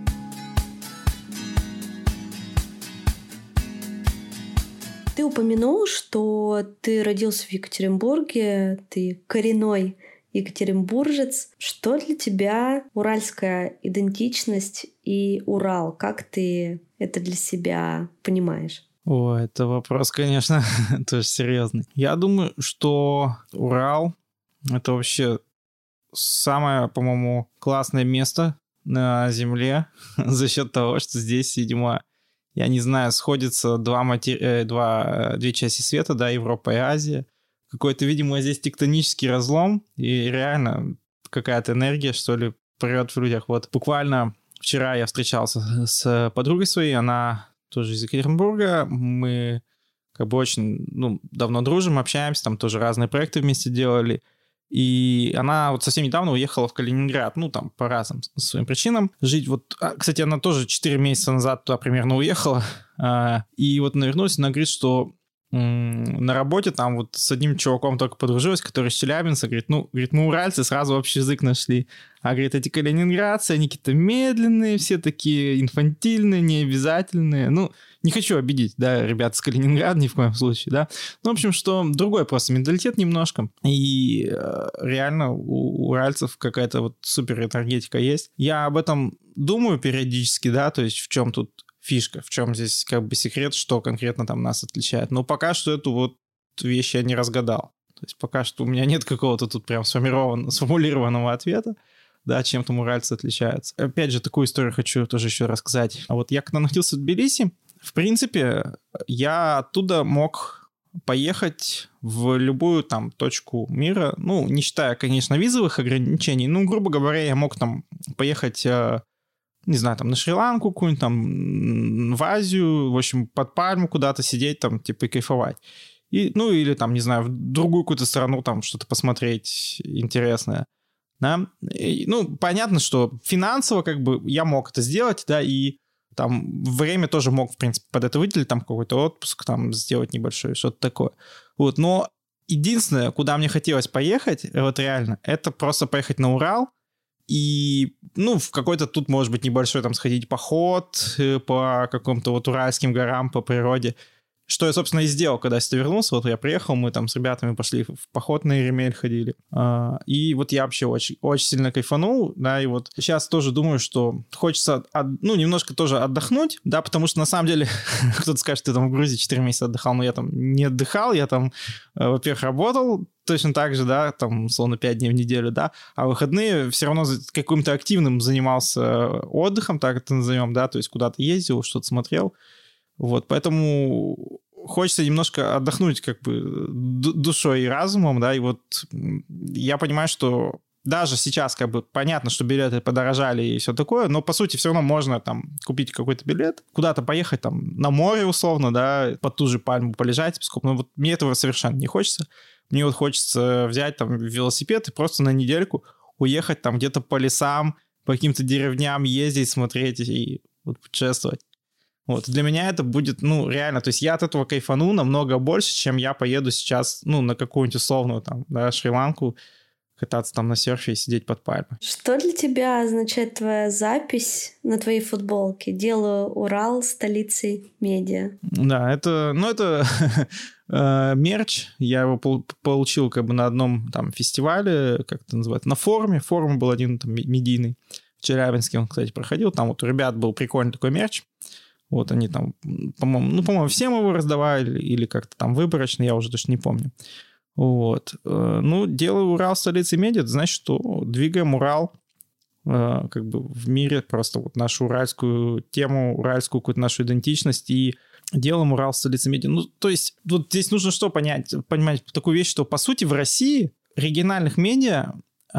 Ты упомянул, что ты родился в Екатеринбурге, ты коренной екатеринбуржец. Что для тебя уральская идентичность и Урал? Как ты это для себя понимаешь? О, это вопрос, конечно, тоже серьезный. Я думаю, что Урал — это вообще самое, по-моему, классное место на Земле за счет того, что здесь, видимо, я не знаю, сходятся два матери... два... две части света, да, Европа и Азия. Какой-то, видимо, здесь тектонический разлом, и реально какая-то энергия, что ли, прет в людях. Вот буквально вчера я встречался с подругой своей, она тоже из Екатеринбурга, мы как бы очень, ну, давно дружим, общаемся, там тоже разные проекты вместе делали, и она вот совсем недавно уехала в Калининград, ну, там, по разным своим причинам жить. Вот, кстати, она тоже четыре месяца назад туда примерно уехала, И вот навернулась, она говорит, что на работе там вот с одним чуваком только подружилась, который из Челябинска, говорит, ну, говорит, мы уральцы, сразу общий язык нашли. А, говорит, эти калининградцы, они какие-то медленные, все такие инфантильные, необязательные. Ну, не хочу обидеть, да, ребят с Калининграда ни в коем случае, да. Ну, в общем, что другой просто менталитет немножко. И э, реально у уральцев какая-то вот супер энергетика есть. Я об этом думаю периодически, да, то есть в чем тут фишка, в чем здесь как бы секрет, что конкретно там нас отличает. Но пока что эту вот вещь я не разгадал. То есть пока что у меня нет какого-то тут прям сформированного, сформулированного ответа, да, чем там уральцы отличаются. Опять же, такую историю хочу тоже еще рассказать. А вот я когда находился в Тбилиси, в принципе, я оттуда мог поехать в любую там точку мира, ну, не считая, конечно, визовых ограничений, ну, грубо говоря, я мог там поехать... не знаю, там на Шри-Ланку какую-нибудь, там в Азию, в общем, под пальму куда-то сидеть, там, типа, и кайфовать. И, ну, или там, не знаю, в другую какую-то страну там что-то посмотреть интересное, да. И, ну, понятно, что финансово как бы я мог это сделать, да, и там время тоже мог, в принципе, под это выделить, там какой-то отпуск, там сделать небольшой, что-то такое. Вот, но единственное, куда мне хотелось поехать, вот реально, это просто поехать на Урал, и, ну, в какой-то тут, может быть, небольшой там сходить поход по каким-то вот уральским горам, по природе. Что я, собственно, и сделал, когда я сюда вернулся. Вот я приехал, мы там с ребятами пошли в поход на Иремель ходили. И вот я вообще очень, очень сильно кайфанул, да, и вот сейчас тоже думаю, что хочется, от, ну, немножко тоже отдохнуть, да, потому что на самом деле кто-то скажет, ты там в Грузии четыре месяца отдыхал, но я там не отдыхал, я там, во-первых, работал, точно так же, да, там, словно пять дней в неделю, да, а выходные все равно каким-то активным занимался отдыхом, так это назовем, да, то есть куда-то ездил, что-то смотрел, вот, поэтому хочется немножко отдохнуть как бы душой и разумом, да, и вот я понимаю, что даже сейчас как бы понятно, что билеты подорожали и все такое, но по сути все равно можно там купить какой-то билет, куда-то поехать там на море условно, да, под ту же пальму полежать, но вот мне этого совершенно не хочется. Мне вот хочется взять там велосипед и просто на недельку уехать там где-то по лесам, по каким-то деревням ездить, смотреть и вот путешествовать. Вот, для меня это будет, ну, реально, то есть я от этого кайфану намного больше, чем я поеду сейчас, ну, на какую-нибудь условную там, да, Шри-Ланку, кататься там на серфе и сидеть под пальмой. Что для тебя означает твоя запись на твоей футболке? Делаю Урал столицей медиа. Да, это, ну, это мерч. Я его получил как бы на одном там фестивале, как это называется, на форуме. Форум был один там медийный. В Челябинске он, кстати, проходил. Там вот у ребят был прикольный такой мерч. Вот они там, по-моему, ну, по-моему, всем его раздавали или как-то там выборочно, я уже точно не помню. Вот. Ну, делаю Урал столицей медиа, это значит, что двигаем Урал как бы в мире, просто вот нашу уральскую тему, уральскую какую-то нашу идентичность и делаем Урал столицей медиа. Ну, то есть вот здесь нужно что понять? Понимать такую вещь, что, по сути, в России региональных медиа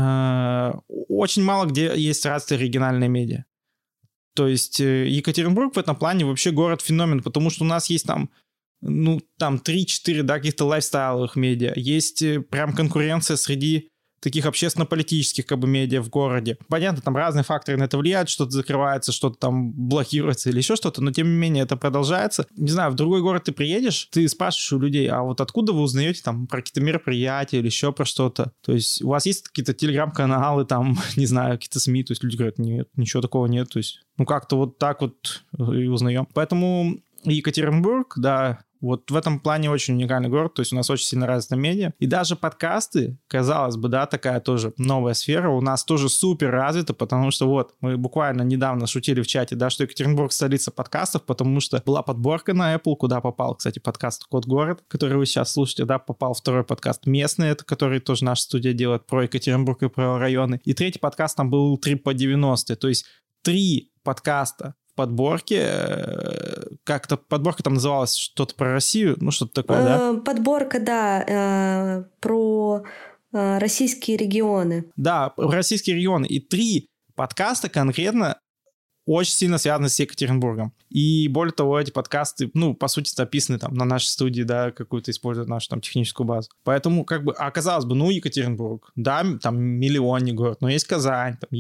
э, очень мало где есть развитые региональные медиа. То есть Екатеринбург в этом плане вообще город-феномен, потому что у нас есть там, ну, там три-четыре, да, каких-то лайфстайловых медиа. Есть прям конкуренция среди таких общественно-политических как бы медиа в городе. Понятно, там разные факторы на это влияют, что-то закрывается, что-то там блокируется или еще что-то, но тем не менее это продолжается. Не знаю, в другой город ты приедешь, ты спрашиваешь у людей, а вот откуда вы узнаете там про какие-то мероприятия или еще про что-то? То есть у вас есть какие-то телеграм-каналы, там, не знаю, какие-то СМИ, то есть люди говорят, нет, ничего такого нет, то есть ну как-то вот так вот и узнаем. Поэтому Екатеринбург, да, вот в этом плане очень уникальный город, то есть у нас очень сильно развиты медиа. И даже подкасты, казалось бы, да, такая тоже новая сфера, у нас тоже супер развита, потому что вот мы буквально недавно шутили в чате, да, что Екатеринбург столица подкастов, потому что была подборка на Apple, куда попал, кстати, подкаст «Код город», который вы сейчас слушаете, да, попал второй подкаст «Местный», это который тоже наша студия делает про Екатеринбург и про районы. И третий подкаст там был «Трип по девяностые», то есть три подкаста подборки, как-то подборка там называлась что-то про Россию, ну что-то такое, да? Подборка, да, про российские регионы. Да, российские регионы. И три подкаста конкретно очень сильно связаны с Екатеринбургом. И более того, эти подкасты, ну, по сути, записаны там на нашей студии, да, какую-то используют нашу там техническую базу. Поэтому, как бы, оказалось бы, ну, Екатеринбург, да, там миллионный город, но есть Казань, там есть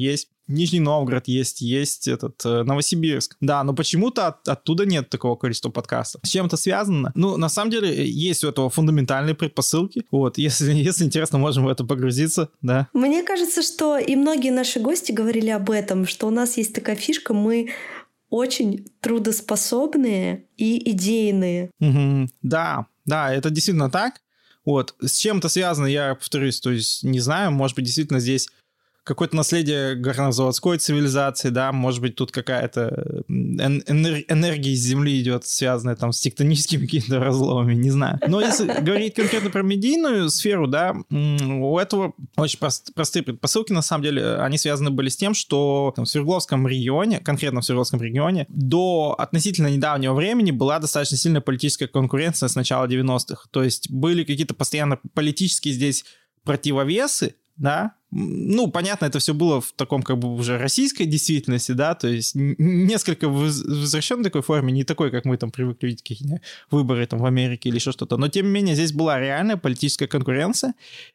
Нижний Новгород есть, есть этот э, Новосибирск. Да, но почему-то от, оттуда нет такого количества подкастов. С чем это связано? Ну, на самом деле, есть у этого фундаментальные предпосылки. Вот, если, если интересно, можем в это погрузиться, да. Мне кажется, что и многие наши гости говорили об этом, что у нас есть такая фишка, мы очень трудоспособные и идейные. Угу. Да, да, это действительно так. Вот, с чем это связано, я повторюсь, то есть не знаю, может быть, действительно здесь какое-то наследие горнозаводской цивилизации, да, может быть, тут какая-то энер- энергия из Земли идет, связанная там с тектоническими какими-то разломами, не знаю. Но если говорить конкретно про медийную сферу, да, у этого очень прост- простые предпосылки, на самом деле, они связаны были с тем, что там, в Свердловском регионе, конкретно в Свердловском регионе, до относительно недавнего времени была достаточно сильная политическая конкуренция с начала девяностых. То есть были какие-то постоянно политические здесь противовесы, да, ну, понятно, это все было в таком как бы уже российской действительности, да, то есть несколько в возвращенной такой форме, не такой, как мы там привыкли видеть какие-то выборы там в Америке или еще что-то, но тем не менее здесь была реальная политическая конкуренция,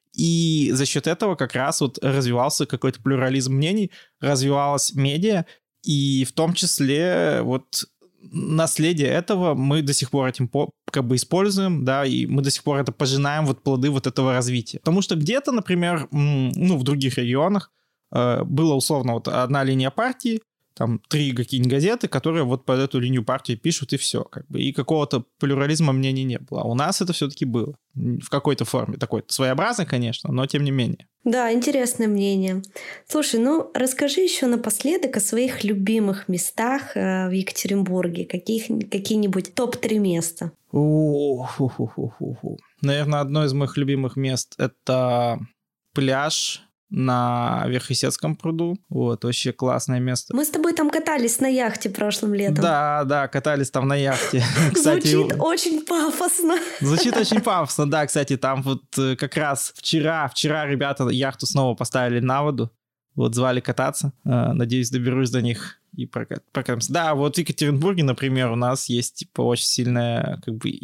и за счет этого как раз вот развивался какой-то плюрализм мнений, развивалась медиа, и в том числе вот наследие этого мы до сих пор этим как бы используем, да, и мы до сих пор это пожинаем, вот плоды вот этого развития. Потому что где-то, например, ну, в других регионах э, было условно вот одна линия партии, там три какие-нибудь газеты, которые вот под эту линию партии пишут, и все, как бы, и какого-то плюрализма мнений не было. А у нас это все-таки было в какой-то форме, такой своеобразный, конечно, но тем не менее. Да, интересное мнение. Слушай, ну расскажи еще напоследок о своих любимых местах в Екатеринбурге. Каких, какие-нибудь топ-три места? У-ху-ху-ху-ху. Наверное, одно из моих любимых мест — это пляж на Верхесецком пруду. Вот, вообще классное место. Мы с тобой там катались на яхте прошлым летом. Да, да, катались там на яхте. Звучит очень пафосно. Звучит очень пафосно, да, кстати, там вот как раз вчера, вчера ребята яхту снова поставили на воду, вот звали кататься. Надеюсь, доберусь до них и прокатимся. Да, вот в Екатеринбурге, например, у нас есть типа очень сильная как бы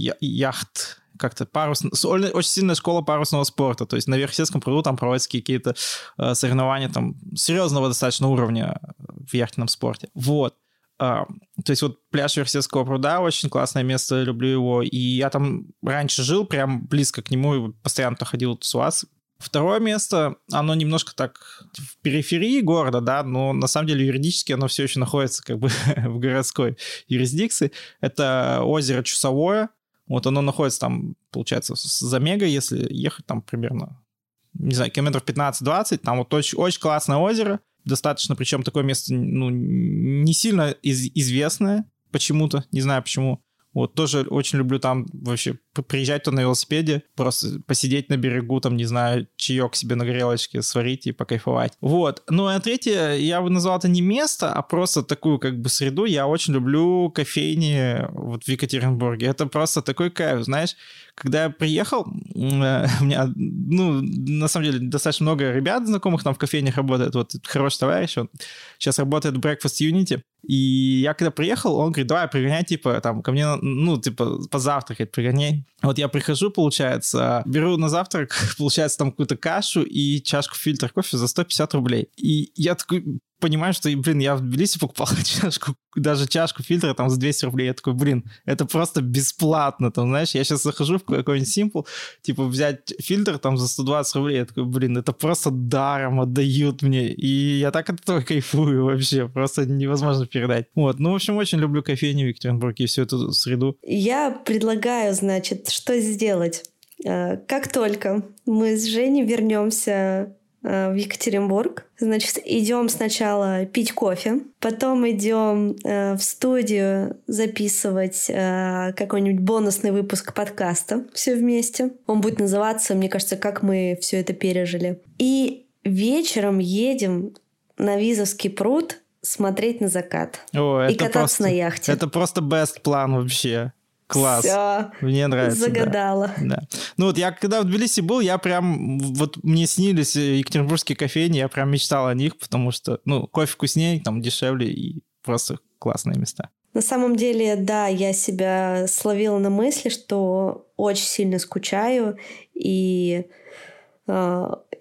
яхт, как-то парус... очень сильная школа парусного спорта. То есть на Верхесецком пруду там проводятся какие-то э, соревнования там серьезного достаточно уровня в яхтенном спорте. Вот. Uh, то есть вот пляж Верхесецкого пруда очень классное место, люблю его. И я там раньше жил, прям близко к нему, и постоянно туда ходил тусоваться. Второе место, оно немножко так в периферии города, да, но на самом деле юридически оно все еще находится как бы в городской юрисдикции. Это озеро Чусовое. Вот оно находится там, получается, за Мега, если ехать там примерно, не знаю, километров пятнадцать-двадцать. Там вот очень, очень классное озеро. Достаточно, причем такое место, ну, не сильно из- известное почему-то, не знаю почему. Вот тоже очень люблю там вообще приезжать туда на велосипеде, просто посидеть на берегу, там, не знаю, чаек себе на грелочке сварить и покайфовать. Вот. Ну, а третье, я бы назвал это не место, а просто такую как бы среду. Я очень люблю кофейни вот в Екатеринбурге. Это просто такой кайф, знаешь. Когда я приехал, у меня, ну, на самом деле, достаточно много ребят знакомых там в кофейнях работает. Вот хороший товарищ, он сейчас работает в Breakfast Unity. И я когда приехал, он говорит, давай, пригоняй, типа, там, ко мне, ну, типа, позавтракать, пригоняй. Вот я прихожу, получается, беру на завтрак, получается, там какую-то кашу и чашку фильтр кофе за сто пятьдесят рублей. И я такой понимаю, что, блин, я в Тбилиси покупал чашку, даже чашку фильтра там за двести рублей. Я такой, блин, это просто бесплатно, там, знаешь, я сейчас захожу в какой-нибудь Simple, типа, взять фильтр там за сто двадцать рублей, я такой, блин, это просто даром отдают мне, и я так от этого кайфую вообще, просто невозможно передать. Вот, ну, в общем, очень люблю кофейню в Екатеринбурге и всю эту среду. Я предлагаю, значит, что сделать. Как только мы с Женей вернемся в Екатеринбург, значит, идем сначала пить кофе, потом идем э, в студию записывать э, какой-нибудь бонусный выпуск подкаста все вместе. Он будет называться, мне кажется, «Как мы все это пережили». И вечером едем на Визовский пруд смотреть на закат. О, и кататься просто, на яхте. Это просто best план вообще. Класс. Всё. Мне нравится. Загадала. Да. Да. Ну вот я когда в Тбилиси был, я прям, вот мне снились екатеринбургские кофейни, я прям мечтал о них, потому что, ну, кофе вкуснее, там дешевле и просто классные места. На самом деле, да, я себя словила на мысли, что очень сильно скучаю, и э,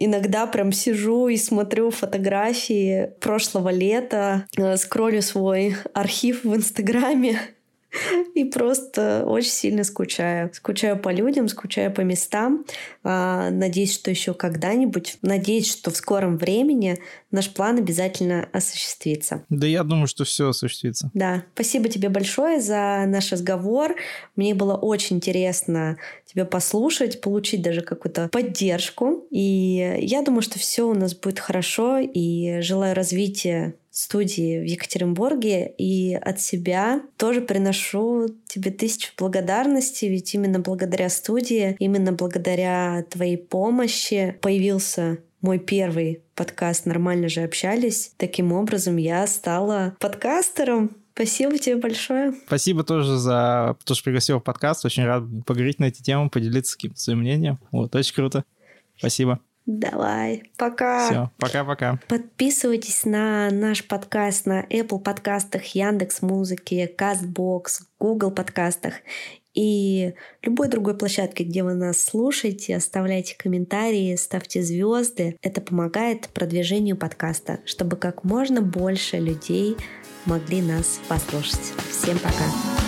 иногда прям сижу и смотрю фотографии прошлого лета, скроллю свой архив в Инстаграме и просто очень сильно скучаю. Скучаю по людям, скучаю по местам. Надеюсь, что еще когда-нибудь, надеюсь, что в скором времени наш план обязательно осуществится. Да, я думаю, что все осуществится. Да. Спасибо тебе большое за наш разговор. Мне было очень интересно тебя послушать, получить даже какую-то поддержку. И я думаю, что все у нас будет хорошо. И желаю развития студии в Екатеринбурге. И от себя тоже приношу тебе тысячу благодарностей, ведь именно благодаря студии, именно благодаря твоей помощи появился мой первый подкаст «Нормально же общались». Таким образом, я стала подкастером. Спасибо тебе большое. Спасибо тоже за то, что пригласил в подкаст. Очень рад поговорить на эти темы, поделиться каким-то своим мнением. Вот, очень круто. Спасибо. Давай, пока. Все, пока-пока. Подписывайтесь на наш подкаст на Apple подкастах, Яндекс.Музыке, Castbox, Google подкастах и любой другой площадке, где вы нас слушаете. Оставляйте комментарии, ставьте звезды. Это помогает продвижению подкаста, чтобы как можно больше людей могли нас послушать. Всем пока.